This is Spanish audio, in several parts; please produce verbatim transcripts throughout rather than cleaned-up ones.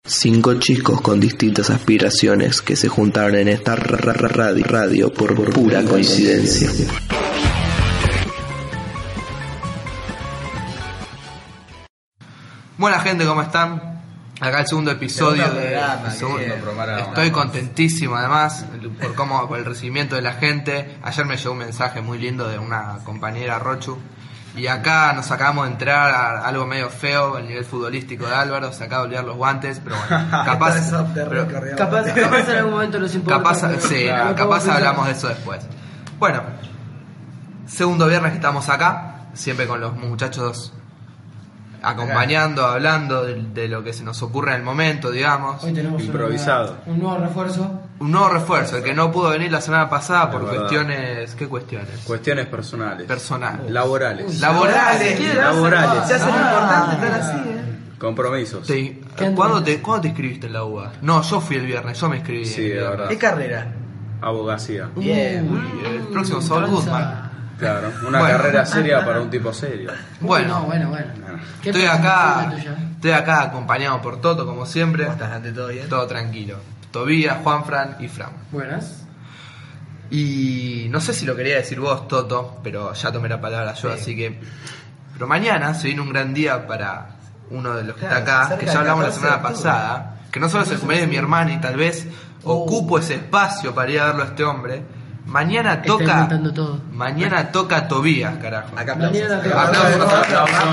Cinco chicos con distintas aspiraciones que se juntaron en esta radio, radio por pura coincidencia. Buena gente, ¿cómo están? Acá el segundo episodio de, programa, el segundo, bien, programa. Estoy contentísimo además por cómo, por el recibimiento de la gente. Ayer me llegó un mensaje muy lindo de una compañera, Rochu. Y acá nos acabamos de entrar a algo medio feo, el nivel futbolístico de Álvaro, se acaba de olvidar los guantes, pero bueno, capaz, pero, capaz, capaz en algún momento nos importa. Capaz, pero, sí, claro, no, capaz hablamos de eso después. Bueno, segundo viernes que estamos acá, siempre con los muchachos acompañando, hablando de, de lo que se nos ocurre en el momento, digamos. Hoy tenemos improvisado. Una, un nuevo refuerzo. Un nuevo refuerzo, el que no pudo venir la semana pasada Es por verdad. cuestiones... ¿Qué cuestiones? Cuestiones personales. Personales. Laborales. Laborales. ¿Quién Laborales. Se hace lo Ah. importante estar así, ¿eh? Compromisos. Te- ¿Qué ¿Cuándo andas? te, ¿Cuándo te inscribiste en la U B A? No, yo fui el viernes, yo me inscribí. Sí, el de viernes. verdad. ¿Qué carrera? Abogacía. Bien. Uy, el próximo Saul Tranza. Goodman. Claro, una Bueno. carrera seria para un tipo serio. Bueno, No, bueno, bueno. ¿Qué estoy pasa? acá, ¿Qué tuya? estoy acá acompañado por Toto, como siempre. ¿Cómo estás, Ante? ¿Todo bien? Todo tranquilo. Tobías, Juanfran y Fran. Buenas. Y no sé si lo quería decir vos, Toto, pero ya tomé la palabra yo, Sí. así que... Pero mañana se viene un gran día para uno de los que Claro, está acá, cerca que ya del hablamos la catorce de semana octubre. pasada, que no solo es el cumpleaños de mi hermana y tal vez Oh. ocupo ese espacio para ir a verlo a este hombre. Mañana Está toca... inventando todo. Mañana toca Tobías, carajo. Acá aplausos. Mañana te Aplausos, va. aplausos.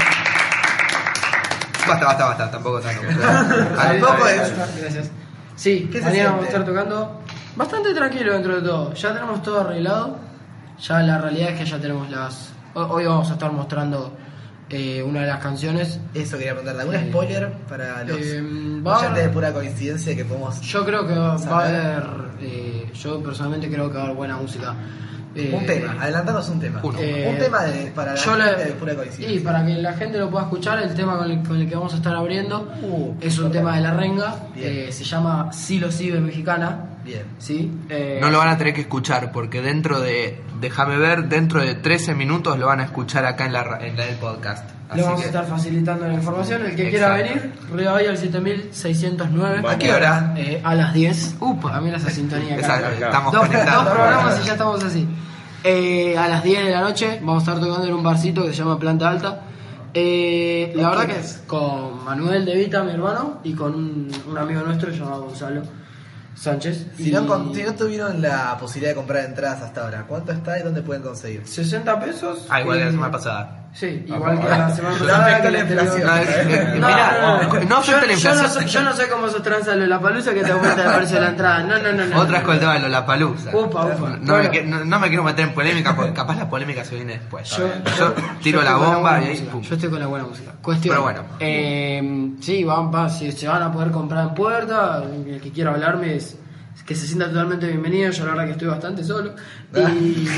Basta, basta, basta, tampoco tanto. Tampoco es. Gracias. Sí, ¿Qué se mañana vamos a siente? estar tocando bastante tranquilo dentro de todo. Ya tenemos todo arreglado. Ya la realidad es que ya tenemos las... Hoy hoy vamos a estar mostrando eh, una de las canciones. Eso quería preguntarle. ¿Algún Eh, spoiler para los eh, va a oyentes haber- de pura coincidencia que podemos... Yo creo que va, va a ¿Saber? haber... eh, yo personalmente creo que va a haber buena música. Eh, Un tema, adelantanos un tema. Uno. Eh, un tema de, para la yo gente le- de pura coincidencia. Y para que la gente lo pueda escuchar, el tema con el, con el que vamos a estar abriendo Uh, es un perfecto. tema de La Renga. Bien. eh, se llama Si lo sigue mexicana. Bien. ¿Sí? Eh, No lo van a tener que escuchar porque dentro de, déjame ver, dentro de trece minutos lo van a escuchar acá en la ra- en la- el podcast. Así Le vamos que, a estar facilitando la información. El que quiera Exacto. venir, Río Bahía al siete mil seiscientos nueve. ¿A qué hora? Eh, a las diez. Upa, a mí esa sintonía acá. Esa- acá. estamos Dos, conectados. dos programas y ya estamos así. Eh, a las diez de la noche vamos a estar tocando en un barcito que se llama Planta Alta. Eh, la verdad que es con Manuel De Vita, mi hermano, y con un, un amigo nuestro llamado Gonzalo Sánchez. Si Y no, con- si no tuvieron la posibilidad de comprar entradas hasta ahora, ¿cuánto está y dónde pueden conseguir? sesenta pesos. Ah, igual que la y- semana pasada. Sí, igual que la semana Lo pasada. afectó que la la anterior. inflación. No, es- es- No, mirá, no, no. no Yo, afecta la yo no inflación. sé, yo no sé cómo se transa la palusa que te aumenta el precio de la entrada. No, no, no. no Otra es con el tema de Lollapalooza. Upa, upa. No, me, Bueno. qui- no, no me quiero meter en polémica porque capaz la polémica se viene después. Yo, Yo tiro yo la estoy con bomba buena y ahí música. pum. Yo estoy con la buena música. Cuestión. Pero bueno. Eh, sí, van, van, si se van a poder comprar en puerta, el que quiera hablarme es, es que se sienta totalmente bienvenido. Yo la verdad que estoy bastante solo. Y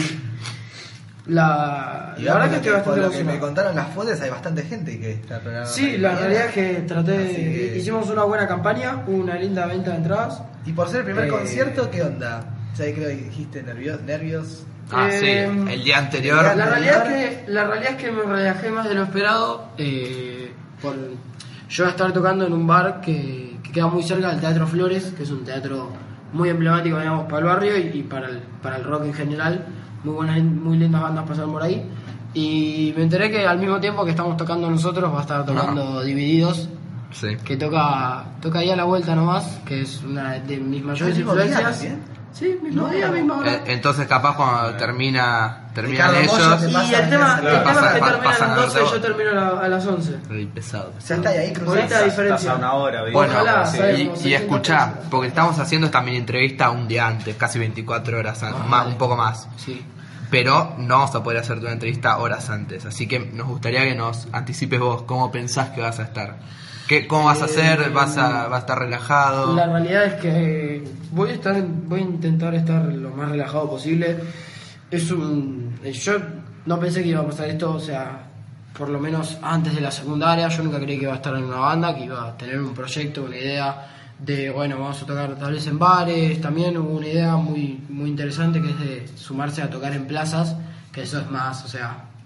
la, Y la verdad que por estoy lo bastante por lo que me emocionado. contaron las fuentes, hay bastante gente que está programada. Sí, la realidad es que traté Así que- hicimos una buena campaña, una linda venta de entradas. Y por ser el primer Eh, concierto, ¿qué onda? Ya creo que dijiste nervios, nervios. Ah, sí, Eh, el día anterior. La realidad, es que, la realidad es que me relajé más de lo esperado. Eh, por, yo voy a estar tocando en un bar que, que queda muy cerca del Teatro Flores, que es un teatro muy emblemático, digamos, para el barrio y, y para, el, para el rock en general. Muy buenas, muy lindas bandas pasaron por ahí. Y me enteré que al mismo tiempo que estamos tocando nosotros, va a estar tocando Divididos, Sí. que toca, toca ahí a la vuelta nomás, que es una de mis mayores ¿El mismo día influencias. también? Sí, mismo No. día, misma hora. Eh, Entonces capaz cuando termina terminan Ricardo Moya ellos. te Y pasa el tema, a el la- tema pasa- es que pa- termina a pasan las a doce y las yo termino a, la- a las once. Muy pesado. Ya está ahí cruzado. Bonita diferencia. Estás a una hora, ¿viste? Bueno, Ojalá, Sí. ¿sabes? y, Como y seiscientos escuchá, pesos. porque estamos haciendo esta mini entrevista un día antes, casi veinticuatro horas antes, Ah, más, vale. un poco más. Sí. Pero no vamos a poder hacerte una entrevista horas antes, así que nos gustaría que nos anticipes vos, cómo pensás que vas a estar. ¿Qué, ¿Cómo vas a hacer? ¿Vas a, vas a estar relajado? La realidad es que voy a estar, voy a intentar estar lo más relajado posible. Es un, yo no pensé que iba a pasar esto, o sea, por lo menos antes de la secundaria. Yo nunca creí que iba a estar en una banda, que iba a tener un proyecto, una idea de, bueno, vamos a tocar tal vez en bares. También hubo una idea muy, muy interesante que es de sumarse a tocar en plazas, que eso es más, o sea,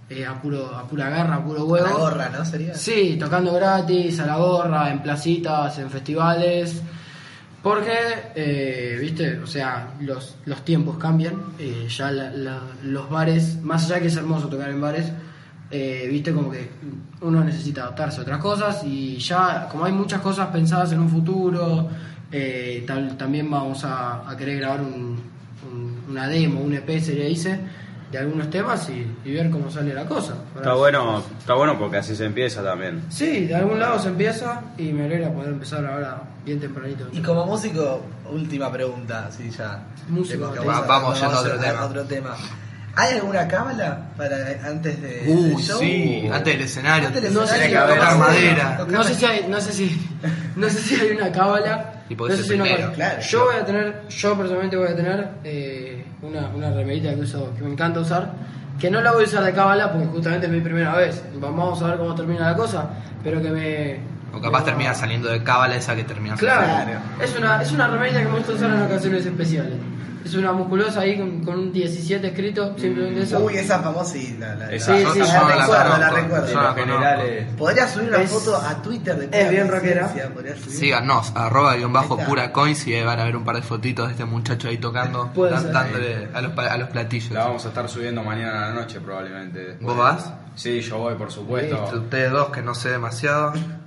eh, a, puro, a pura garra, a puro huevo. La gorra, ¿no? Sería. Sí, tocando gratis, a la gorra, en placitas, en festivales. Porque, eh, viste, o sea, los, los tiempos cambian. Eh, ya la, la, los bares, más allá de que es hermoso tocar en bares, eh, viste, como que uno necesita adaptarse a otras cosas. Y ya, como hay muchas cosas pensadas en un futuro, eh, tal, también vamos a, a querer grabar un, un, una demo, un E P, se le dice, de algunos temas y, y ver cómo sale la cosa. Está bueno, está bueno porque así se empieza también. Sí, de algún lado se empieza y me alegra poder empezar ahora bien tempranito. Y como músico, última pregunta, sí, ya. Músico, Porque te- vamos a- vamos yendo a vamos otro tema. otro tema. ¿Hay alguna cábala para antes de, Uy, del show? sí, antes del escenario. Antes del No sé escenario, si tocar tocar madera. madera. Tocar No sé si hay, no sé si, no sé si hay una cábala. Y No podés sé ser si hay una primero, cábala. claro. Yo voy a tener, yo personalmente voy a tener eh, una, una remerita que uso, que me encanta usar, que no la voy a usar de cábala porque justamente es mi primera vez. Vamos a ver cómo termina la cosa, pero que me. O capaz me- termina saliendo de cábala esa que termina Claro, Claro. es una, es una remerita que me gusta usar en ocasiones especiales. Es una musculosa ahí con, con un diecisiete escrito, simplemente eso. Uy, esa famosa, sí, la, la, Sí, la- sí, la yo no la recuerdo, la conozco. recuerdo. Yo En la lo general es... Podría subir una Es- foto a Twitter de es bien pura rockera. conciencia, podría subir. Síganos, arroba guión bajo Ahí está. pura coins y ahí van a ver un par de fotitos de este muchacho ahí tocando, Puede dan- ser. dándole a los, pa- a los platillos. La vamos a estar subiendo mañana a la noche probablemente. ¿Vos vas? Sí, yo voy, por supuesto. Listo, ustedes dos que no sé demasiado.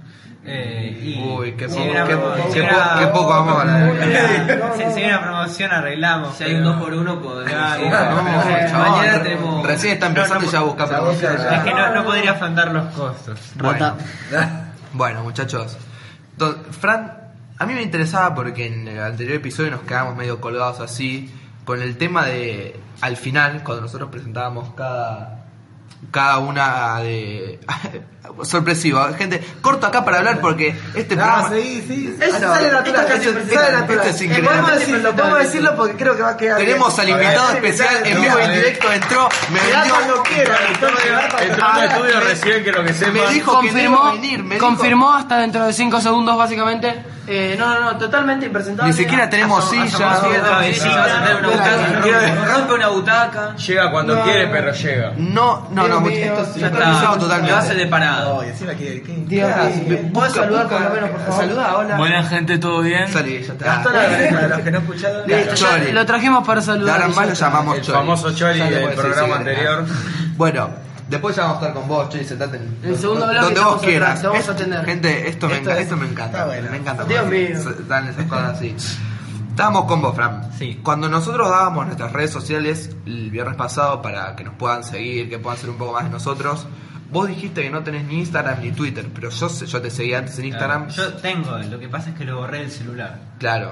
Eh, y Uy, qué si poco, hay una qué, promo- qué si hay po- una- qué poco amor. Muy eh. bien. No, Si, no, si hay una promoción arreglamos. Si hay un pero- dos por uno podemos. Claro, ir. no, No, pero chabón, mañana re- tenemos. Recién está empezando no, no, y ya busca ya promoción. busca- Es que no, no podría afrontar los costos. Bueno, bueno, muchachos. Do- Fran, a mí me interesaba porque en el anterior episodio nos quedamos medio colgados así con el tema de al final cuando nosotros presentábamos cada cada una de sorpresivo, gente, corto acá para hablar porque este No, programa sí, sí. Esto- sale natural, esto- esto- esto- sale esto natural. es increíble. Podemos decirlo, podemos decirlo porque creo que va a quedar tenemos bien. al invitado A ver, especial en no, vivo a y en ver. directo, entró, me Mirá vendió cuando quiera, entonces, Entró al estudio recién, quiero que me sepan. dijo que no iba confirmó, a venir, me dijo- confirmó hasta dentro de cinco segundos básicamente. Eh, no, no, no, totalmente impresentable. Ni siquiera tenemos Asoma- silla. asoma una cabecita, claro. se trae una butaca, rompe, rompe una butaca. Llega cuando No. quiere, pero llega. No, no, no, Dios mío, esto ya está Ya organizado está, totalmente. lo hace de parado. No, y encima que... que- Dios Ah, mío. sí. ¿Puedes saludar por lo menos, por favor? Saluda, hola. Buena gente, ¿todo bien? Salí, ya está. Gastón Álvarez, para los que no escucharon. Listo, ya Chori. lo trajimos para De saludar. ahora en más lo Ya está. llamamos El Chori. famoso Chori Ya le del puedes decir, programa sí, sí, anterior. Bueno, después ya vamos a estar con vos, Chori, sentate en El segundo bloque donde estamos vos quieras. atrás, te vamos a Es- atender. Gente, esto, me, Esto enca- es- esto me encanta. está bueno. Me encanta. Dios porque mío. se dan esas cosas así. Estábamos con vos, Fran. Sí. Cuando nosotros dábamos nuestras redes sociales el viernes pasado para que nos puedan seguir, que puedan ser un poco más de nosotros, vos dijiste que no tenés ni Instagram ni Twitter, pero yo sé- yo te seguía antes en Instagram. Yo tengo, lo que pasa es que lo borré del celular. Claro,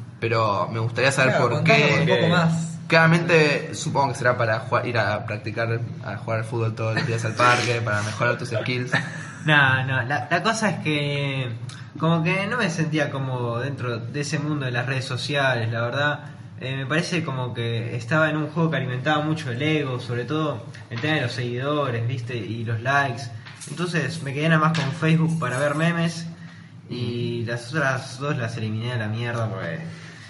pero me gustaría saber Claro, por contanos qué. un poco más. Claramente supongo que será para jugar- ir a practicar, a jugar al fútbol todos los días al parque, para mejorar tus skills. No, no, la, la cosa es que como que no me sentía como dentro de ese mundo de las redes sociales, la verdad. Eh, me parece como que estaba en un juego que alimentaba mucho el ego, sobre todo el tema de los seguidores, viste, y los likes. Entonces me quedé nada más con Facebook para ver memes y las otras dos las eliminé a la mierda porque...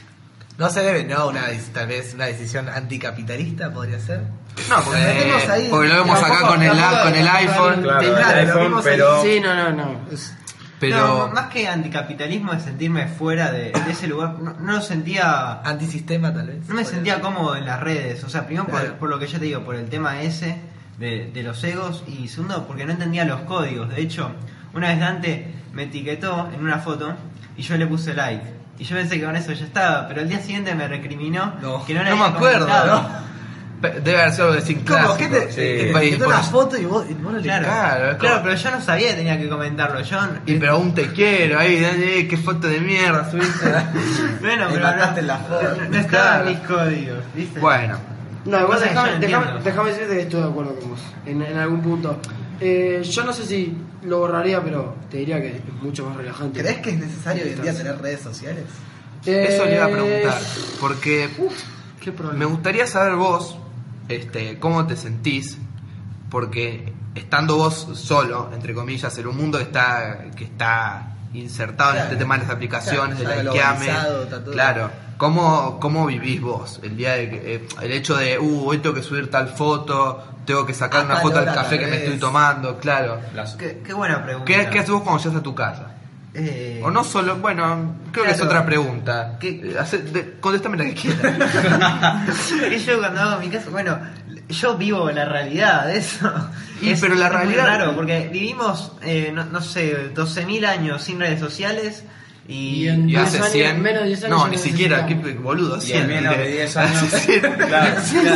No se debe, no, una, tal vez una decisión anticapitalista podría ser. No, porque, Metemos ahí- porque lo vemos acá tampoco- con el, tampoco- con el iPhone, Claro, Claro, el lo iPhone, vimos ahí. pero... Sí, no, no, no. Es- pero No, más que anticapitalismo es sentirme fuera de, de ese lugar. No, no lo sentía... Antisistema tal vez. No me sentía cómodo en las redes, o sea, primero por, Claro. por lo que ya te digo, por el tema ese de, de los egos, y segundo porque no entendía los códigos. De hecho, una vez Dante me etiquetó en una foto y yo le puse like. Y yo pensé que con eso ya estaba, pero el día siguiente me recriminó No, que no le no me había acuerdo, comentado. ¿no? Pe- Debe haber sido algo de sin ¿Cómo? clásico. ¿Qué te.? Sí. te Y etiquetó por una eso- foto y vos, y vos no le Claro, Claro, es claro, como- pero yo no sabía que tenía que comentarlo. Yo, Y pero aún te quiero, ahí, eh, qué foto de mierda subiste. bueno, Le pero mataste no, la foto. no, no estaban Claro. mis códigos, ¿viste? Bueno, No, igual Cosa que déjame, yo no déjame, entiendo. déjame decirte que estoy de acuerdo con vos, en, en algún punto. Eh, yo no sé si lo borraría, pero te diría que es mucho más relajante. ¿Crees que es necesario hoy en día tener redes sociales? eso le iba a Eh, preguntar, porque ¿Qué problema? me gustaría saber vos, este, cómo te sentís, porque estando vos solo, entre comillas, en un mundo que está, que está insertado Claro, en este tema de las aplicaciones, claro, de está likeame. globalizado, está todo- Claro, ¿cómo, ¿cómo vivís vos el día de que, eh, el hecho de, uh, hoy tengo que subir tal foto, tengo que sacar A una tal foto del hora, café tal que me vez. estoy tomando? Claro. Las- Qué, qué buena pregunta. ¿Qué, ¿Qué haces vos cuando llegas a tu casa? Eh, O no solo, bueno, creo que es claro. otra pregunta. ¿Qué? Eh, hace- de- Contéstame la que quieras. que yo cuando hago mi caso, bueno, yo vivo la realidad de eso. Y, pero la es muy realidad- raro, porque vivimos, eh, no, no sé, doce mil años sin redes sociales y... Y en- Y diez hace años, cien. menos de diez años No, ya ni no siquiera, qué necesitamos. boludo, Y cien. en menos de diez años. Hace cien. Claro.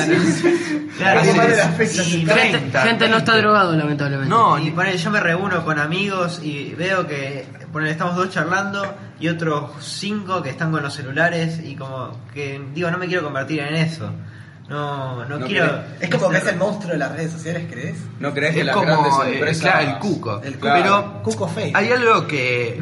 Claro, Hay que sí, poner sí, las fechas y en treinta, Gente, treinta, gente no está veinte. drogado, lamentablemente. No, Y ni- ponele, yo me reúno con amigos y veo que ponele, estamos dos charlando y otros cinco que están con los celulares y como que digo, no me quiero convertir en eso. No, no, No quiero... querés. Es como que es el monstruo de las redes sociales, ¿crees? ¿No crees que Es las grandes como eh, empresas... claro, el cuco. El Claro. Pero Cuco fake. hay algo que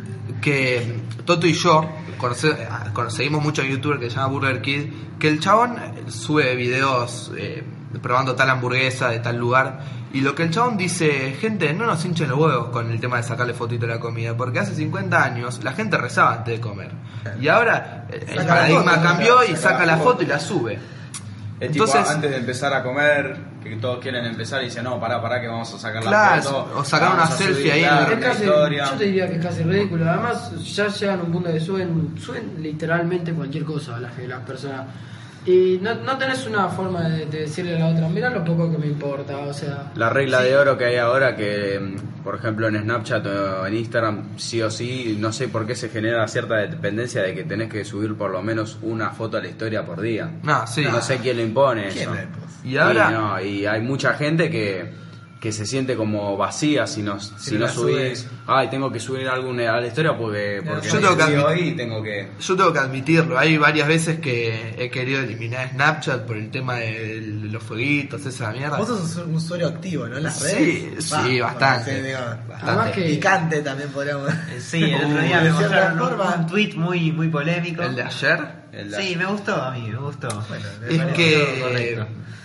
que Toto y yo conoce- conseguimos mucho youtuber que se llama Burger Kid, que el chabón sube videos eh, probando tal hamburguesa de tal lugar, y lo que el chabón dice: gente, no nos hinchen los huevos con el tema de sacarle fotito a la comida, porque hace cincuenta años la gente rezaba antes de comer, y ahora eh, el Saca la paradigma foto, cambió y saca saca la la foto. foto y la sube. Es tipo, Entonces- antes de empezar a comer, que todos quieren empezar y dicen, no, pará, pará, que vamos a sacar Claro, la foto. o sacar vamos una a selfie subir, ahí en claro, el- Es una casi- historia. yo te diría que es casi ridículo. Además, ya llegan a un punto que suben, suben literalmente cualquier cosa a las, que las personas. Y no, no tenés una forma de, de decirle a la otra, mira lo poco que me importa, o sea. La regla sí. de oro que hay ahora, que mm, por ejemplo en Snapchat o en Instagram, sí o sí, no sé por qué se genera cierta dependencia de que tenés que subir por lo menos una foto a la historia por día. No, sí. No sé quién lo impone ¿Quién eso. lo impuso? Y ahora- Y, no, y hay mucha gente que, que se siente como vacía si no, si no no la subís. sube. Ay, tengo que subir algo a la historia porque, porque Yo tengo que subí admi- hoy y tengo que... Yo tengo que admitirlo, hay varias veces que he querido eliminar Snapchat por el tema de los fueguitos, esa mierda. Vos sos un usuario activo, ¿no? En las Sí, redes. sí, Va, bastante. sí, digo, Bastante. Además que- Picante también podríamos. Eh, Sí, el otro día Uh, me de cierta mostraron un, forma. un tweet muy, muy polémico. ¿El de ayer? el- Sí, me gustó a mí, me gustó. Bueno, me Es parece que... correcto.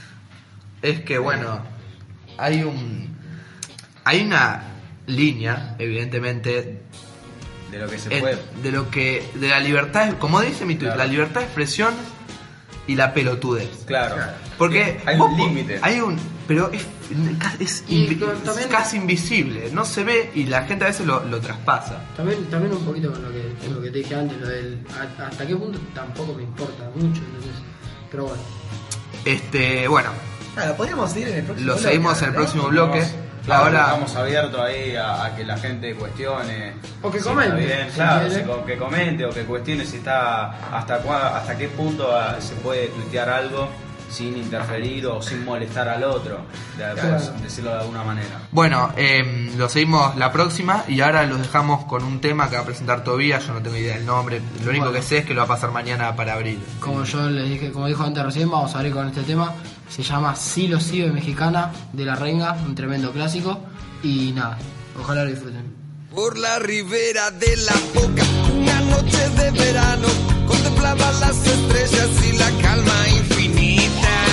Es que, bueno, hay un... Hay una línea, evidentemente, de lo que se en- puede. de lo que... De la libertad, como dice mi tweet, Claro. la libertad de expresión y la pelotudez. Claro. Porque hay vos un po- límite. Hay un, pero es, es, Y invi- con- es también- casi invisible, no se ve y la gente a veces lo, lo traspasa. También, también un poquito con lo que, con lo que te dije antes, lo del a- hasta qué punto tampoco me importa mucho, entonces, pero bueno. Este, bueno, Claro, podríamos ir en el próximo lo bloque, seguimos en el ¿no? próximo bloque. Vamos- claro, Ahora, estamos abiertos ahí a, a que la gente cuestione. O que si comente, está bien, si claro, quiere. si co- que comente o que cuestione si está hasta cua- hasta qué punto ah, se puede tuitear algo sin interferir o sin molestar al otro, de, por Claro. decirlo de alguna manera. bueno, eh, lo seguimos la próxima y ahora los dejamos con un tema que va a presentar Tobías, yo no tengo idea del nombre, lo único Bueno. que sé es que lo va a pasar mañana para abril. Como yo les dije, como dijo antes recién, vamos a abrir con este tema. Se llama Sí lo sigo de Mexicana, de La Renga, un tremendo clásico. Y nada, ojalá lo disfruten. Por la ribera de la Boca, una noche de verano, contemplaba las estrellas y la calma infinita.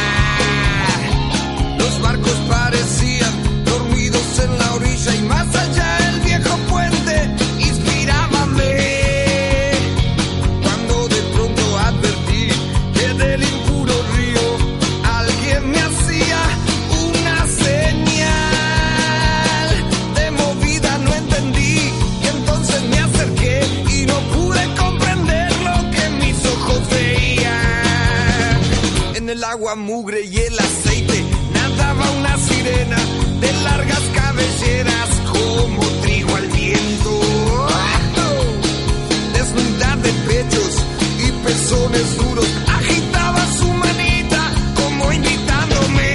Los barcos parecían dormidos en la orilla y más allá el viejo puente inspirábame. Cuando de pronto advertí que del impuro río alguien me hacía una señal de movida, no entendí y entonces me acerqué y no pude comprender lo que mis ojos veían. En el agua mugre y el aceite nadaba una sirena de largas cabelleras como trigo al viento, desnuda de pechos y pezones duros, agitaba su manita como invitándome.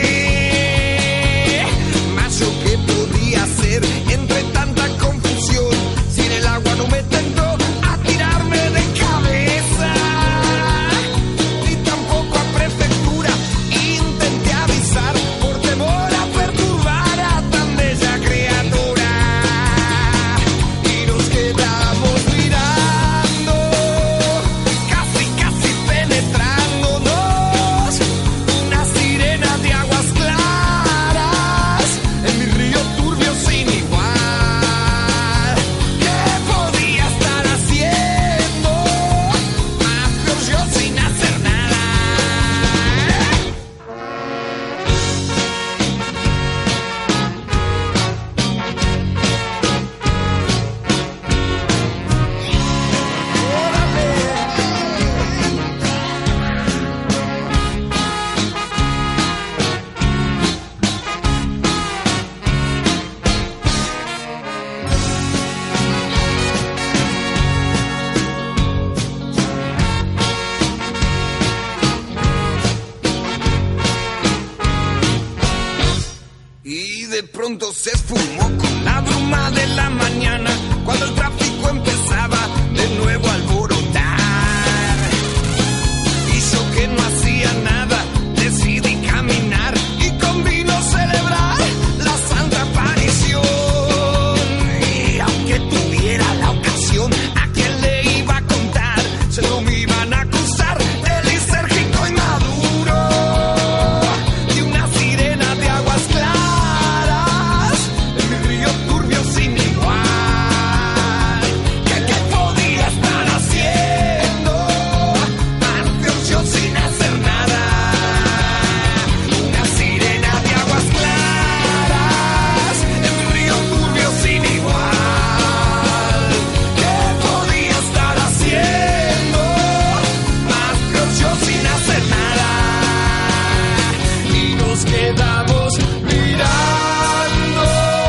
Mas yo qué podía hacer entre tanta confusión, si en el agua no me tentó a tirarme de cabeza, ni tampoco a prefectura intenté avisar por temor a perturbar a tan bella criatura. Y nos quedamos mirando pronto se esfumó con la bruma de la mañana, cuando el tráfico empezaba de nuevo a alborotar. Y yo que no hacía nada, decidí caminar y con vino celebrar la santa aparición. Y aunque tuviera la ocasión, ¿a quién le iba a contar? Se lo me iban a acusar de lisérgico inmaduro, de una sirena de aguas claras, en mi río turbio sin igual. ¿Qué, qué podía estar haciendo? Más que yo sin hacer nada. Una sirena de aguas claras, en mi río turbio sin igual. ¿Qué podía estar haciendo? Más que yo sin hacer nada. Y nos quedamos mirando,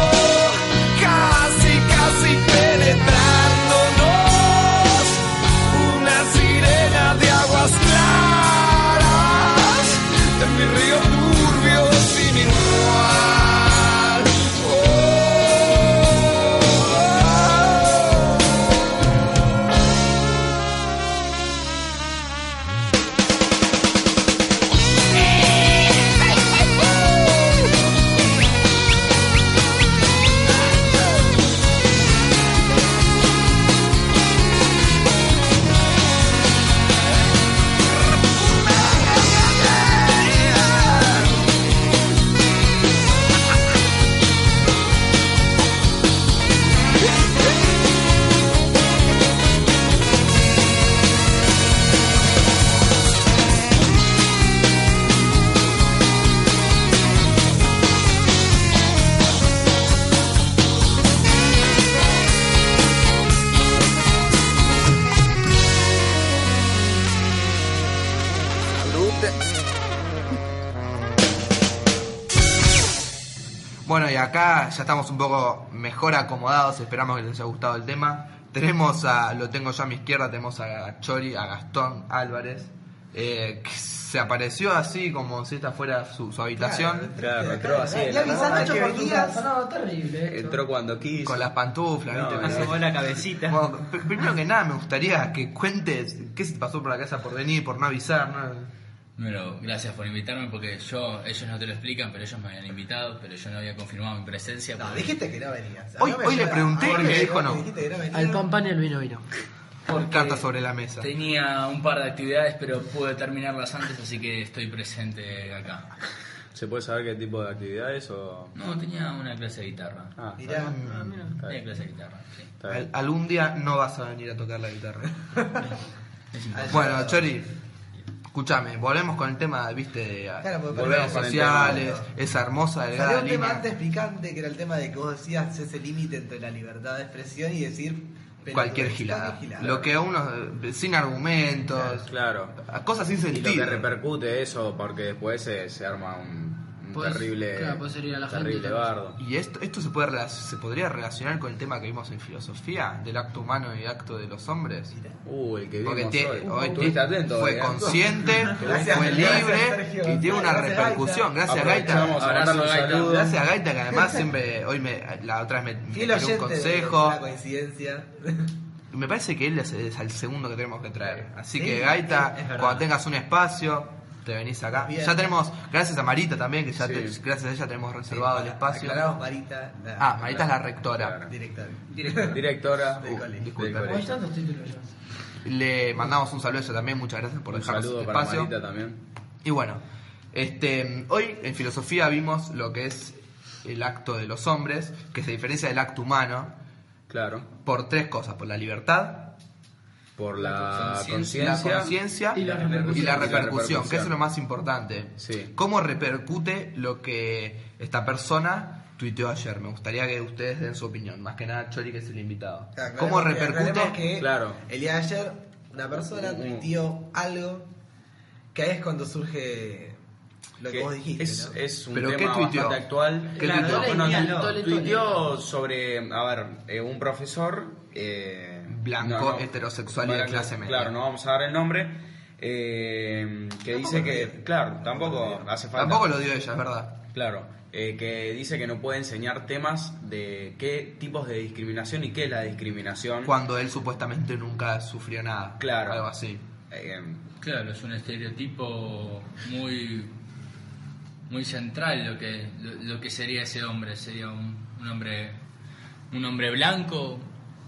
casi, casi penetrándonos. Una sirena de aguas claras, en mi río turbio sin igual. Oh, Bueno, y acá ya estamos un poco mejor acomodados, esperamos que les haya gustado el tema. Tenemos a, lo tengo yo a mi izquierda, tenemos a Chori, a Gastón Álvarez, eh, que se apareció así como si esta fuera su, su habitación, Claro, entró así. Ya avisando ocho por días. Sonaba terrible esto. Entró cuando quiso. con las pantuflas, No, ¿viste? no, Así. Asomó la cabecita. Bueno, pr- primero que nada me gustaría que cuentes qué se te pasó por la casa por venir, por no avisar, ¿no? Primero, gracias por invitarme porque yo, ellos no te lo explican, pero ellos me habían invitado, pero yo no había confirmado mi presencia. No, porque- dijiste que no venías. Hoy- No me hoy le jodas. pregunté y Ahora me que dijo no. dijiste que no venías. Al pan pan y al vino vino. porque Cartas sobre la mesa. Tenía un par de actividades, pero pude terminarlas antes, así que estoy presente acá. ¿Se puede saber qué tipo de actividades o...? No, tenía una clase de guitarra. Ah, Mirá. Tenía clase de guitarra, sí. está bien. Al- algún día no vas a venir a tocar la guitarra. Es importante. Bueno, Chori, escúchame, volvemos con el tema, viste, de Claro, porque redes volvemos con el sociales, tema. esa hermosa Salió delgada un tema línea. antes picante que era el tema de que vos decías ese límite entre la libertad de expresión y decir Cualquier gilada. Lo que a uno, eh, sin argumentos, Claro. a cosas sin Y lo sentido. que repercute eso, porque después se, se arma un, un Pues, terrible, claro, puede salir a la gente terrible también. bardo. Y esto, esto se, puede, rela- se podría relacionar con el tema que vimos en filosofía, del acto humano y acto de los hombres. Uh, el que vimos Porque te- hoy. hoy Estuviste atento. fue eh. consciente, Gracias, fue gracias, libre Sergio. y tiene una Gracias, repercusión. Gracias, Gaita. Aprovechamos a Abrazo, mandarle un Gaita. saludo. Gracias a Gaita, que además siempre, hoy me, la otra vez me, me Fiel tiró un oyente de consejo. una coincidencia. Me parece que él es, es el segundo que tenemos que traer. Así Sí, que Gaita, es verdad. cuando tengas un espacio, te venís acá. Bien. Ya tenemos, gracias a Marita también, que ya Sí. te- gracias a ella tenemos reservado el espacio. Aclaramos, Marita. la- Ah, Marita es la rectora. Claro. Directora. Directora. Del Uh, cole. disculpe. del cole. Hay tantos títulos ya. Le mandamos un saludo a ella también, muchas gracias por Un dejarnos saludo este para espacio. Marita también. Y bueno, este, hoy en filosofía vimos lo que es el acto de los hombres, que se diferencia del acto humano Claro. por tres cosas: por la libertad, Por la la conciencia. conciencia Y la y repercusión. la Y la repercusión, que repercusión. es lo más importante. Sí. ¿Cómo repercute lo que esta persona tuiteó ayer? Me gustaría que ustedes den su opinión, más que nada Chori, que es el invitado. Claro, ¿Cómo aclaremos que- aclaremos repercute? que Claro. el día de ayer una persona Mm. tuiteó algo que ahí es cuando surge lo que, Que vos dijiste, es, ¿no? es un ¿Pero qué tema tuiteó? bastante actual. ¿Qué Claro, tuiteó? dale, Bueno, léalo. tu- tuiteó sobre, a ver, eh, un profesor eh, Blanco, heterosexual y de bueno, clase media. Claro, no vamos a dar el nombre. eh, que dice que, claro, tampoco hace falta. Tampoco lo dio ella, es verdad. Claro, eh, que dice que no puede enseñar temas de qué tipos de discriminación y qué es la discriminación. Cuando él supuestamente nunca sufrió nada. Claro. Algo así. Eh, Claro, es un estereotipo muy muy central lo que lo, lo que sería ese hombre. Sería un, un hombre un hombre blanco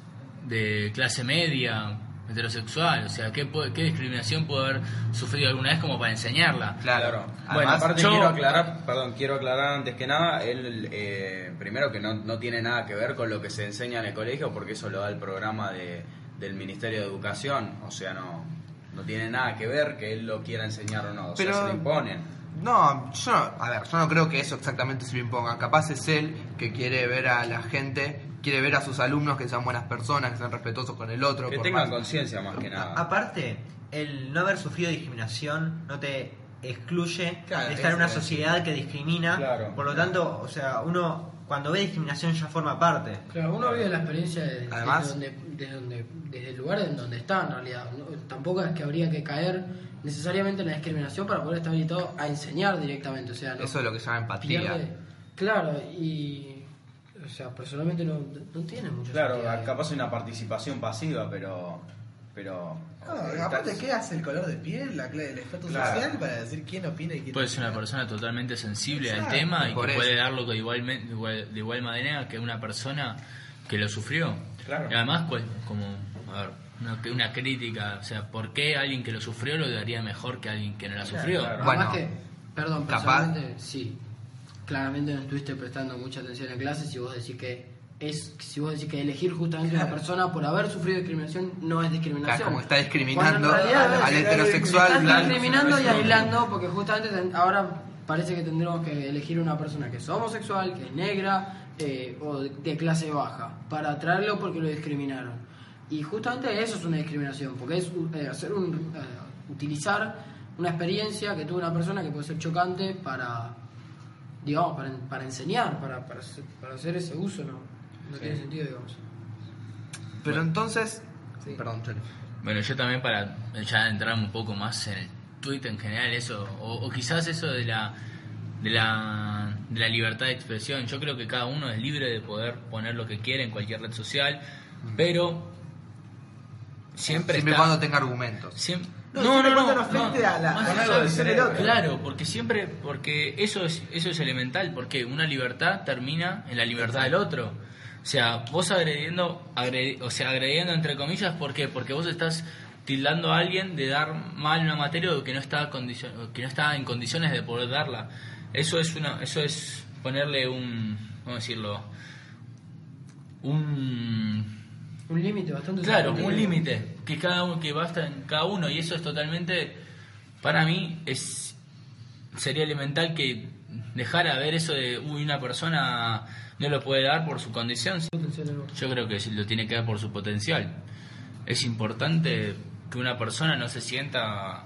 de clase media, heterosexual. O sea, ¿qué, puede- qué discriminación puede haber sufrido alguna vez como para enseñarla? Claro. Bueno, Además, aparte yo- quiero aclarar, perdón, quiero aclarar antes que nada, él eh, primero que no, no tiene nada que ver con lo que se enseña en el colegio, porque eso lo da el programa de, del Ministerio de Educación, o sea, no, no tiene nada que ver que él lo quiera enseñar o no, o Pero- sea, se lo imponen. No, yo no, a ver, yo no creo que eso exactamente se lo imponga. Capaz es él que quiere ver a la gente, quiere ver a sus alumnos que sean buenas personas, que sean respetuosos con el otro. Que por tengan más- conciencia más que nada. Aparte, el no haber sufrido discriminación no te excluye Claro, de estar en una es- sociedad que discrimina. Claro. Por lo tanto, o sea, uno cuando ve discriminación ya forma parte. Claro, uno vive la experiencia de- desde, Además- donde, desde, donde- desde el lugar en donde está en realidad. ¿no? Tampoco es que habría que caer necesariamente en la discriminación para poder estar habilitado a enseñar directamente. O sea, no Eso es lo que se llama empatía. pierde- Claro, y. O sea, personalmente no, no tiene mucho Claro, sentido. capaz hay una participación pasiva, pero... pero No, aparte, ¿qué hace el color de piel, la, cla- el estatus Claro. social para decir quién opina y quién Puede no ser una opina? persona totalmente sensible al Exacto, tema y por que eso. puede darlo de igual, de igual, de igual manera que una persona que lo sufrió. Claro. Y además, pues, como, a ver, una, que una crítica, o sea, ¿por qué alguien que lo sufrió lo daría mejor que alguien que no la sufrió? claro. Bueno, Además que, perdón, capaz- personalmente, sí. Claramente no estuviste prestando mucha atención en clase si vos decís que es si vos decís que elegir justamente una persona por haber sufrido discriminación no es discriminación. Claro, como está discriminando Cuando en realidad al es- heterosexual estás blanco. discriminando y aislando porque justamente ten- ahora parece que tendremos que elegir una persona que es homosexual, que es negra eh, o de, de clase baja para traerlo porque lo discriminaron. Y justamente eso es una discriminación, porque es eh, hacer un eh, utilizar una experiencia que tuvo una persona que puede ser chocante para digamos para, para enseñar, para, para, hacer, para hacer ese uso, no, no tiene sentido, digamos. Pero entonces... Perdón, Choli. Bueno, yo también para ya entrar un poco más en el tweet en general, eso, o, o quizás eso de la, de la de la libertad de expresión. Yo creo que cada uno es libre de poder poner lo que quiere en cualquier red social, pero siempre Siempre y está- cuando tenga argumentos. Siem- No, siempre y cuando no afecte a la- más a la allá de visión ser- del otro. Claro, porque siempre, porque eso es, eso es elemental, porque una libertad termina en la libertad del otro. O sea, vos agrediendo, agredi- o sea, agrediendo entre comillas, ¿por qué? Porque vos estás tildando a alguien de dar mal una materia o que no está condicio- que no está en condiciones de poder darla. Eso es una, eso es ponerle un, ¿cómo decirlo? Un Un límite bastante Claro, significativo. un límite que cada uno que basta en cada uno, y eso es totalmente, para mí es sería elemental que dejara ver eso de uy, una persona no lo puede dar por su condición. Yo creo que sí lo tiene que dar por su potencial. Es importante que una persona no se sienta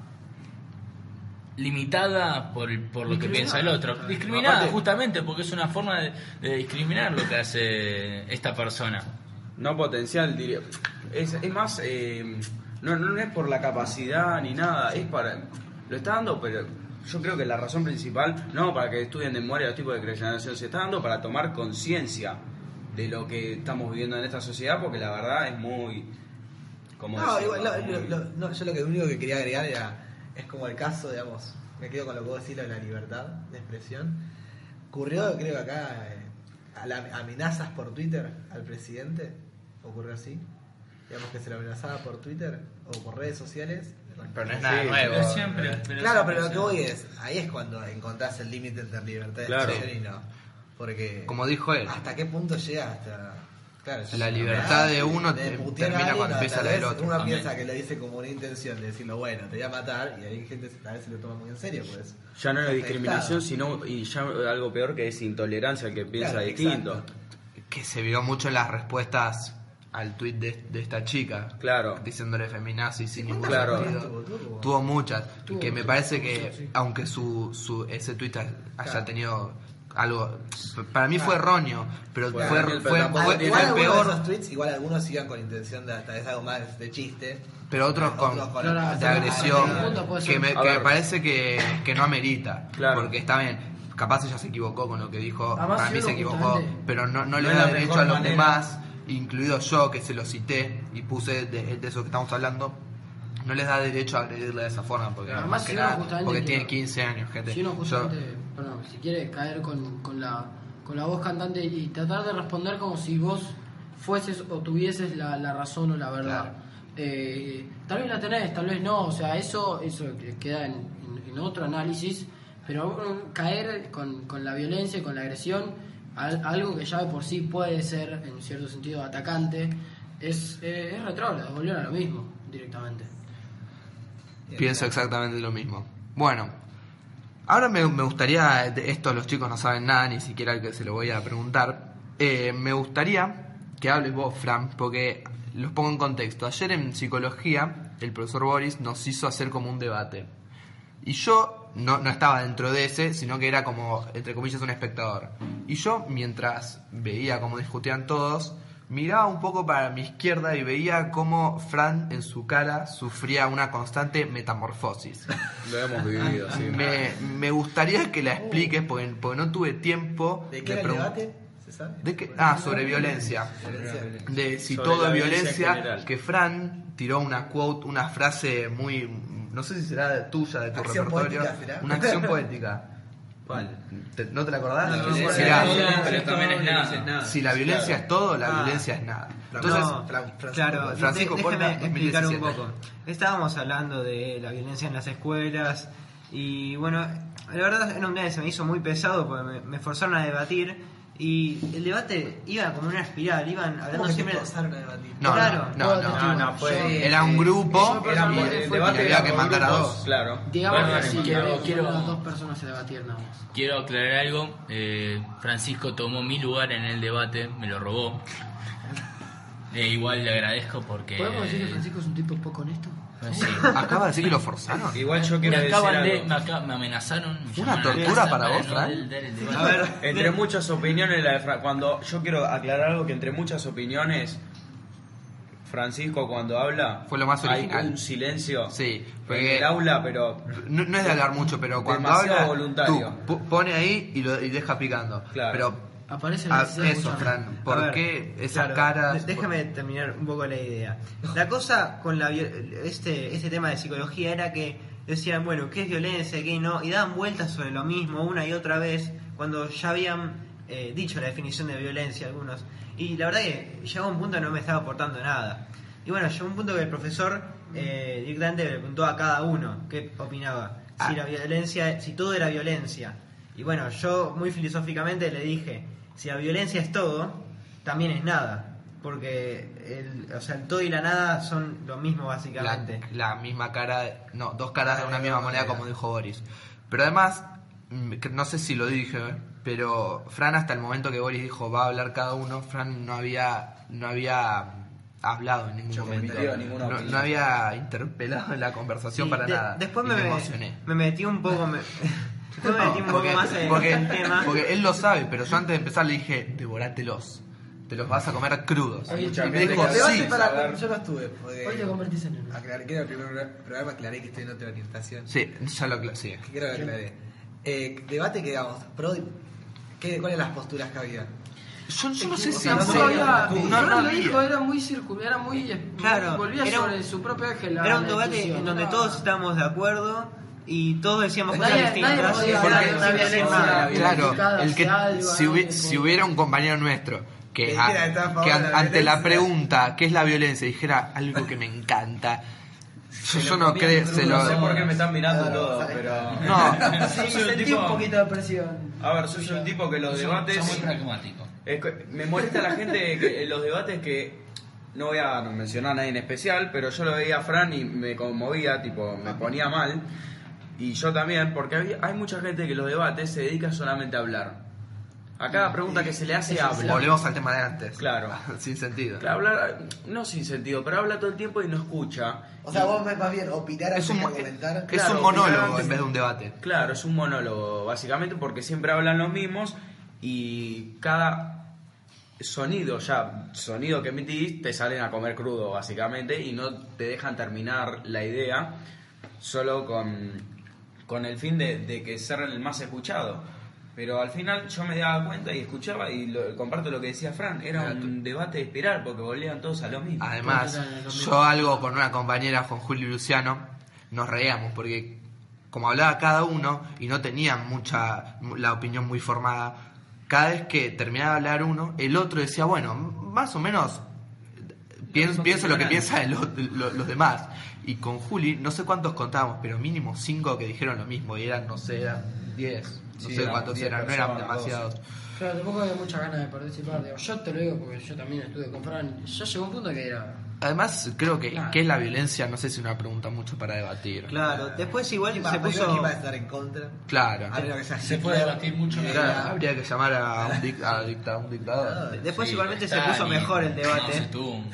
limitada por, el- por lo que piensa el otro. Discriminada, Aparte- justamente, porque es una forma de, de discriminar lo que hace esta persona. No potencial, diría. Es, es más, eh, no, no es por la capacidad ni nada, es para. Lo está dando, pero yo creo que la razón principal, no para que estudien de memoria los tipos de discriminación, se está dando para tomar conciencia de lo que estamos viviendo en esta sociedad, porque la verdad es muy. ¿Cómo No, decirlo? igual, lo- Muy- lo- lo- no, yo lo que único que quería agregar era, es como el caso, digamos, me quedo con lo que vos decís, lo de la libertad de expresión. Ocurrió, creo que acá, eh, a la- amenazas por Twitter al presidente, ocurrió así, digamos que se lo amenazaba por Twitter o por redes sociales. Pero no es nada Sí, nuevo. pero siempre- pero claro, siempre pero lo se- que voy es, ahí es cuando encontrás el límite entre libertad de Claro. expresión y no. Porque, Como dijo él, ¿hasta qué punto llega? Hasta... Claro, La es libertad una de uno de te- putear a termina alguien, cuando o empieza tal la del vez otro. Uno También. piensa que lo dice como una intención de decirlo, bueno, te voy a matar, y hay gente que a veces lo toma muy en serio, pues. Ya no es Afectado. discriminación, sino y ya algo peor que es intolerancia al que piensa Claro, distinto. exacto. que se vio mucho en las respuestas al tweet de, de esta chica, Claro. diciéndole feminazi sin ningún Claro. sentido. Tuvo, tuvo. Tuvo muchas, Tuvo que me muchas, parece muchas, que sí. aunque su, su ese tweet haya Claro. tenido algo, para mí fue erróneo, pero Bueno, fue, Daniel, pero fue, tampoco fue- tiene- fue Igual algunos de peor, esos tweets, igual algunos iban con intención de tal vez algo más de chiste. pero otros con, Otros con- Claro, de hasta- agresión hasta un punto puede que ser. me, A que me ver. parece que, que no amerita, Claro. porque está bien. capaz ella se equivocó con lo que dijo, Además, para mí yo se no, equivocó, justamente. pero no, no le No es da la derecho mejor a los manera. demás, incluido yo que se lo cité y puse de, de eso que estamos hablando, no les da derecho a agredirle de esa forma, porque Además, más que si uno nada, justamente porque quiere- tiene quince años, gente. Si uno Yo- justamente, perdón, si quiere caer con, con la con la voz cantante y tratar de responder como si vos fueses o tuvieses la, la razón o la verdad. Claro. Eh, tal vez la tenés, tal vez no, o sea, eso eso queda en, en- en otro análisis, pero um, caer con, con la violencia y con la agresión, al- algo que ya de por sí puede ser en cierto sentido atacante, es, eh, es retrógrado, es volver a lo mismo directamente. Pienso exactamente lo mismo. Bueno, ahora me, me gustaría, de esto los chicos no saben nada, ni siquiera que se lo voy a preguntar. Eh, me gustaría que hables vos, Fran, porque los pongo en contexto. Ayer en psicología, el profesor Boris nos hizo hacer como un debate. Y yo no, no estaba dentro de ese, sino que era como, entre comillas, un espectador. Y yo, mientras veía cómo discutían todos, miraba un poco para mi izquierda y veía cómo Fran en su cara sufría una constante metamorfosis. Lo hemos vivido, sí. Me, me gustaría que la expliques, porque, porque no tuve tiempo ¿De qué era el pregun- debate? ¿Se sabe? ¿De qué? Ah, sobre violencia. Violencia. De si Sobre todo la es violencia en violencia, general. que Fran tiró una quote, una frase muy, no sé si será de tuya, de tu Acción repertorio, poética, ¿será? una acción poética. ¿Cuál? ¿Te- ¿No te la acordás? No, no, Si no, era, no, no, no, pero también es nada. si la violencia es todo, la Ah. violencia es nada. Entonces, Entonces, Fran- Francisco, Claro, Francisco de- Porta, déjeme explicar un dos mil poco. diecisiete. Estábamos hablando de la violencia en las escuelas y bueno, la verdad era un día que se me hizo muy pesado porque me, me forzaron a debatir y el debate iba como una espiral, iban hablando ¿Cómo que te siempre... forzaron a debatir? no, claro. no, no, no, No, no, fue... Era un grupo Yo y, personalmente y fue- había que por matar a grupos, dos. Claro. Digamos Bueno, que sí, bueno, que quiero- que quiero- las dos personas se debatían nada más. Quiero aclarar algo. eh, Francisco tomó mi lugar en el debate, me lo robó. Eh, igual le agradezco porque. ¿Podemos decir que Francisco es un tipo poco honesto? eh, sí. Acaba de decir que lo forzaron. Igual yo Me quiero decir acaban de, algo. me, acá- me amenazaron. me Una llamaron a tortura casa para vos, no Fran. del- del debate. A ver, Entre muchas opiniones, la de Fra- cuando yo quiero aclarar algo que entre muchas opiniones, Francisco cuando habla Fue lo más hay original. un silencio Sí, en porque- el aula, pero No, no es de hablar mucho, pero cuando Demasiado habla, voluntario. tú pu- pone ahí y lo y deja picando. Claro. Pero Aparece la ah, necesidad de eso, escuchar. Fran, ¿por A ver, qué esas claro, caras? de- Déjame terminar un poco la idea. La cosa con la viol- este este tema de psicología era que decían, bueno, ¿qué es violencia? ¿Qué no? Y daban vueltas sobre lo mismo una y otra vez cuando ya habían eh, dicho la definición de violencia algunos. Y la verdad que llegó un punto que no me estaba aportando nada. Y bueno, llegó un punto que el profesor eh, directamente le preguntó a cada uno qué opinaba. Si Ah. la violencia, si todo era violencia. Y bueno, yo muy filosóficamente le dije, si la violencia es todo, también es nada. Porque el, o sea, el todo y la nada son lo mismo la, básicamente. la misma cara, no, dos caras de una misma moneda, como dijo Boris. Pero además, mm, que no sé si lo dije, pero Fran, hasta el momento que Boris dijo va a hablar cada uno, Fran no había no había hablado en ningún Yo momento. emitió ninguna No, opinión. no había interpelado en la conversación Sí, para de- nada. Después Y me, me emocioné. me metí un poco... Me, después me metí un poco Porque, más en porque- el tema. porque él lo sabe, pero yo antes de empezar le dije, devorátelos. Te los vas a comer crudos. Hay Y mucha me gente dijo, que- debate sí. para- a ver. yo no estuve. porque- Hoy te convertís en él. Aclaré que era el primer programa, aclaré que estoy en otra orientación. Sí, ya lo aclaré. Sí. Que creo que aclaré. Eh, debate que digamos, pro, ¿qué, ¿cuáles eran las posturas que había? Yo, yo no sé si... Tampoco no, había. no, No, no lo había. dijo, era muy circular, era muy. Claro, volvía era un- sobre su propio eje. La, Era un la debate discusión. en donde Era- todos estábamos de acuerdo y todos decíamos cosas Nadie- distintas. nadie podía Porque- hablar, nadie sin decía decir nada. nada. Claro, Cada el que algo, si, hubi- algo, si algo. hubiera un compañero nuestro que, Que a- dijera que estaba a favor que de an- la ante la violencia. pregunta ¿qué es la violencia? dijera algo que me encanta. Yo, yo no creo, se no sé lo... por qué me están mirando Claro, todos, ¿sabes? pero No, Sí, Yo soy un sentí tipo- un poquito de presión. a ver, soy un tipo que los Son- debates son muy pragmáticos. es que me molesta la gente que en los debates que no voy a mencionar a nadie en especial, pero yo lo veía a Fran y me conmovía, tipo, me ponía mal. Y yo también, porque había- hay mucha gente que en los debates se dedica solamente a hablar. A cada pregunta que se le hace habla. volvemos al tema de antes. Claro. Sin sentido. Claro, hablar, no sin sentido, pero habla todo el tiempo y no escucha. O sea, vos me- más bien opinar Es antes un, de mo- argumentar. es Claro, un monólogo antes- en vez de un debate. Claro, es un monólogo, básicamente, porque siempre hablan los mismos y cada sonido, ya, sonido que emitís, te salen a comer crudo, básicamente, y no te dejan terminar la idea solo con, con el fin de, de que ser el más escuchado. Pero al final yo me daba cuenta y escuchaba y lo, comparto lo que decía Fran, era un debate de esperar porque volvían todos a lo mismo. Además, yo algo con una compañera, con Julio y Luciano, nos reíamos porque como hablaba cada uno y no tenían mucha la opinión muy formada, cada vez que terminaba de hablar uno, el otro decía, bueno, más o menos pienso, pienso lo que piensan lo, lo, los demás. Y con Juli, no sé cuántos contábamos, pero mínimo cinco que dijeron lo mismo y eran, no sé, eran diez. No Sí, sé eran cuántos diez eran, no eran personas, demasiados. Claro, tampoco había muchas ganas de participar. Digo, yo te lo digo porque yo también estuve con Fran. Ya llegó un punto que era. Además, creo que Claro. ¿qué es la violencia? No sé si es una pregunta mucho para debatir. Claro, después igual ¿Quién va- se yo puso... quién va a estar en contra? Claro. A menos que sea Se puede Hitler. debatir mucho. Claro, habría que llamar a un, dic- a dicta- un dictador. Después Sí, igualmente se está, puso ni- mejor el No, se debate estuvo.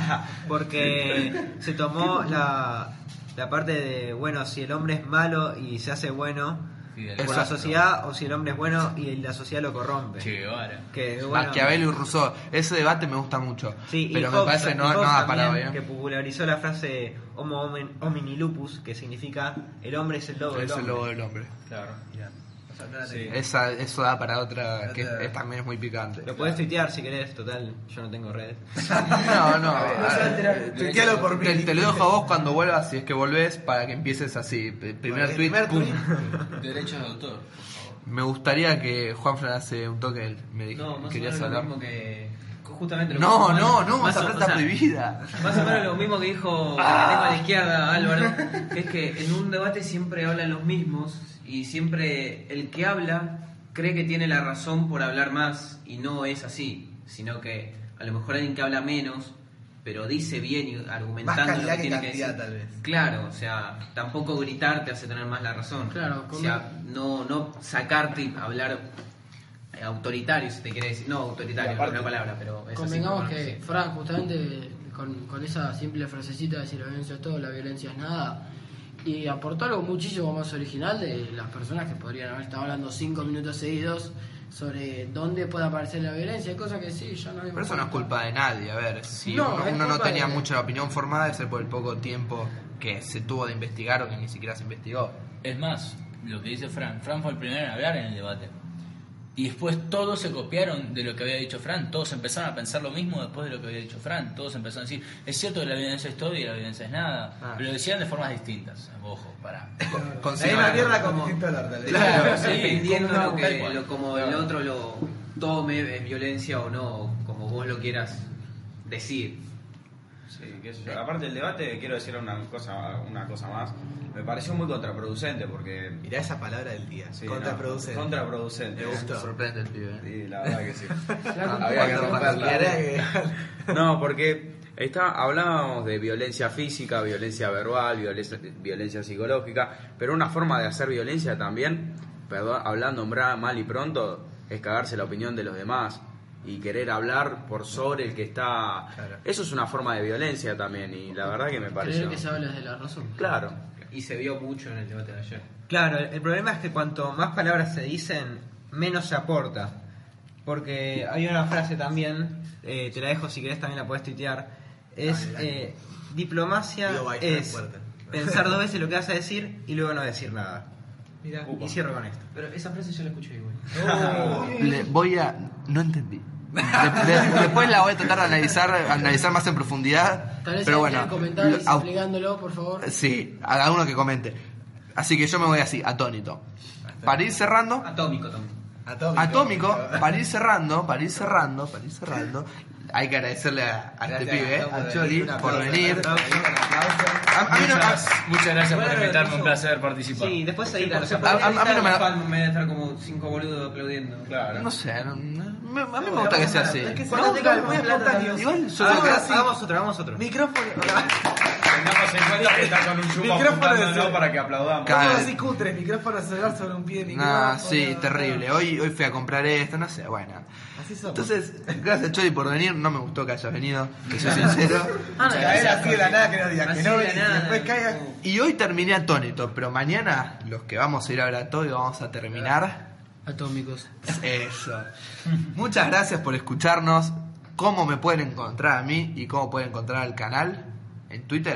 porque se tomó la, la parte de, bueno, si el hombre es malo y se hace bueno Fidel. por la Exacto. sociedad o si el hombre es bueno y la sociedad lo corrompe. Che Guevara. Que, bueno, Maquiavelo y Rousseau, ese debate me gusta mucho. sí, y pero me Hobbes- parece y no, no Hobbes da para también, hoy. que ¿eh? popularizó la frase homo homin- homini lupus, que significa el hombre es el lobo del Es el hombre. lobo del hombre. Claro. O sea, no la Sí. tenía. Esa, eso da para otra, que Otra. es, también es muy picante. Lo podés tuitear si querés, total, yo no tengo redes. No, no. Tuitealo por mí. Te, te lo dejo a vos cuando vuelvas, si es que volvés, para que empieces así. P- Primer El tweet, primer pum. tweet. Derechos de autor, por favor. Me gustaría que Juan Fran hace un toque, él me dijo, No, más o ¿querías menos lo hablar? mismo que. Justamente lo No, mismo- no, no, más esa o- frase o sea, está prohibida. Más o menos lo mismo que dijo el que tengo a la izquierda, Álvaro, que es que en un debate siempre hablan los mismos y siempre el que habla cree que tiene la razón por hablar más y no es así, sino que a lo mejor alguien que habla menos, pero dice bien y argumentando Más lo calidad que que tiene que cantidad, decir. tal vez. Claro, o sea, tampoco gritar te hace tener más la razón. Claro, o sea, no, no sacarte y hablar eh, autoritario, si te quiere decir. No, autoritario, Y no es aparte- una palabra, pero es así Convengamos como- que sí. Fran, justamente con, con esa simple frasecita de si la violencia es todo, la violencia es nada, y aportó algo muchísimo más original de las personas que podrían haber estado hablando cinco minutos seguidos sobre dónde puede aparecer la violencia, cosa que sí, ya no habíamos Pero eso no es comentado. culpa de nadie, a ver, si No, uno, es uno no culpa tenía de- mucha opinión formada, debe ser por el poco tiempo que se tuvo de investigar o que ni siquiera se investigó. Es más, lo que dice Fran, Fran fue el primero en hablar en el debate. Y después todos se copiaron de lo que había dicho Fran, todos empezaron a pensar lo mismo después de lo que había dicho Fran, todos empezaron a decir, es cierto que la violencia es todo y la violencia es nada, Ah. pero lo decían de formas distintas, ojo, para... Con La misma tierra con como- distinto olor, tal vez. Claro, sí, Dependiendo como- lo que, tal cual. lo- como el otro lo tome es violencia o no, como vos lo quieras decir. Sí, qué sé yo. Aparte del debate, quiero decir una cosa, una cosa más. Me pareció muy contraproducente porque... Mirá esa palabra del día. Sí, Contraproducente. no, contraproducente. Me gustó. Me sorprende el pibe. ¿eh? Sí, la verdad que sí. cultura Había que cuando romperla. Mirá que- No, porque está, hablábamos de violencia física, violencia verbal, violencia, violencia psicológica, pero una forma de hacer violencia también, perdón, hablando bra- mal y pronto, es cagarse la opinión de los demás y querer hablar por sobre el que está... Claro. Eso es una forma de violencia también y la verdad que me pareció... Creer que se habla desde la razón. Claro. Y se vio mucho en el debate de ayer. Claro, el, el problema es que cuanto más palabras se dicen, menos se aporta. Porque hay una frase también, eh, te la dejo si querés, también la podés tuitear. Es, Dale, dale. eh, diplomacia Digo, bye, es fuerte. pensar dos veces lo que vas a decir y luego no decir nada. Mirá. Y cierro con esto. Pero esa frase yo la escuché igual. Oh. Le voy a... no entendí. De- de- después la voy a tratar de analizar, analizar más en profundidad, Tal vez pero alguien bueno... comentarios au- explicándolo, por favor. Sí, a uno que comente. Así que yo me voy así, atónito. Para ir cerrando... Atómico también. Atómico. Atómico, para ir cerrando, para ir cerrando, para ir cerrando, hay que agradecerle a, a este Gracias, pibe, Gastón, a por Chori, venir. Un por aplauso, venir. un aplauso, un aplauso. A, a mí no, Muchas, muchas gracias por Bueno, invitarme, un eso- placer participar. Sí, después Se, seguir a los se a- podría a- a mí editar no me la la- palma en vez de estar como cinco boludos aplaudiendo. Claro. no sé, no- no- me- a mí me gusta que sea así. Es que se Cuando nota tengamos muy más plata, espontáneo. Igual yo Hagamos, creo que así. hagamos otro, hagamos otro. Micrófono. Tengamos en cuenta que está con un chupa Micrófono apuntándonos de- para que aplaudamos. Cada- Todos así cutres, micrófono celular sobre un pie de micrófono. No, sí, terrible. Hoy, hoy fui a comprar esto, no sé, bueno. Así somos. Entonces, gracias Chori por venir, no me gustó que hayas venido, que soy sincero. Ah, no, Caer así de la nada que no digas que Así no de y la nada. después caiga. Y hoy terminé atónito, pero mañana los que vamos a ir a ver a todo y vamos a terminar... atómicos. Eso. Muchas gracias por escucharnos. ¿Cómo me pueden encontrar a mí y cómo pueden encontrar al canal? En Twitter,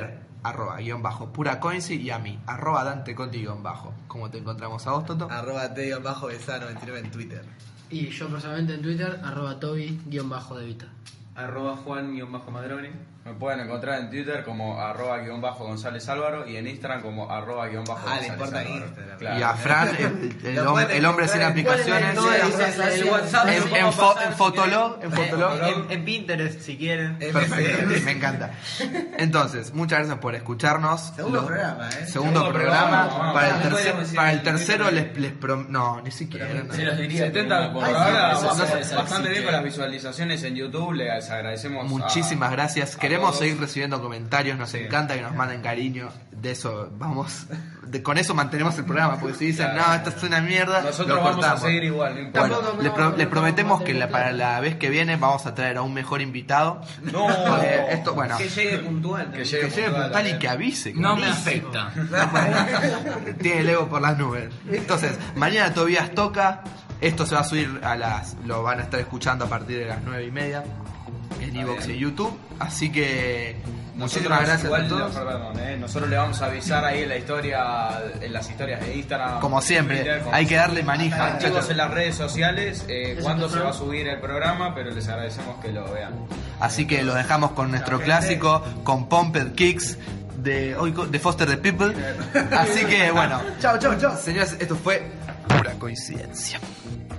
arroba guión bajo pura coinci y a mí, arroba Dante Conti guión bajo. ¿Cómo te encontramos a vos, Toto? Arroba T guión bajo Besá noventa y nueve en Twitter. Y yo personalmente en Twitter, arroba Toby guión bajo de Vita. Arroba Juan-Madrone. Me pueden encontrar en Twitter como arroba guión bajo González Álvaro y en Instagram como arroba guión bajo Ah, le González importa Álvaro. Instagram. Claro. Y a Fran, el, el, Lo hom- pueden el hombre sin encontrar en- aplicaciones. ¿cuál es el- El WhatsApp En, lo en, podemos fo- pasar, en si Fotolog, en Fotolog. En, en Pinterest, si quieren. Perfecto, me encanta. Entonces, muchas gracias por escucharnos. Segundo Lo- programa, ¿eh? Segundo Segundo programa. programa. Para el, No tercer, podríamos decir para el el tercero primero. les, les prom- No, ni siquiera. no. Se los diría. setenta pero por no, ahora, eso- bastante, eso- eso bastante bien existe. con las visualizaciones en YouTube, les agradecemos. a- Muchísimas gracias. a Queremos todos. seguir recibiendo comentarios. Nos encanta que nos manden cariño. De eso vamos. De, con eso mantenemos el programa. Porque si dicen, Claro. no, esto es una mierda, Nosotros lo vamos cortamos. a seguir igual, no importa. Bueno, Tampoco, les, no, pro- no, les no, prometemos no, que no, la- no, para no. la vez que viene vamos a traer a un mejor invitado. No. Eh, esto, bueno, Que llegue puntual. Que también. llegue que llegue puntual, puntual y también. que avise. que No me avise. afecta. Tiene el ego por las nubes. Entonces, mañana Tobías toca. Esto se va a subir a las. Lo van a estar escuchando a partir de las nueve y media en iVoox y YouTube. Así que. Nosotros Muchísimas gracias igual, a todos. perdón, eh, nosotros le vamos a avisar ahí en la historia, en las historias de Instagram. Como siempre, Twitter, como hay que darle manija. activos muchachos. en las redes sociales eh, Eso cuándo está se va a claro. subir el programa, pero les agradecemos que lo vean. Así que lo dejamos con nuestro clásico, con Pumped Kicks de, hoy co- de Foster the People. Así que bueno, Chau, chau, chau. señores, esto fue pura coincidencia.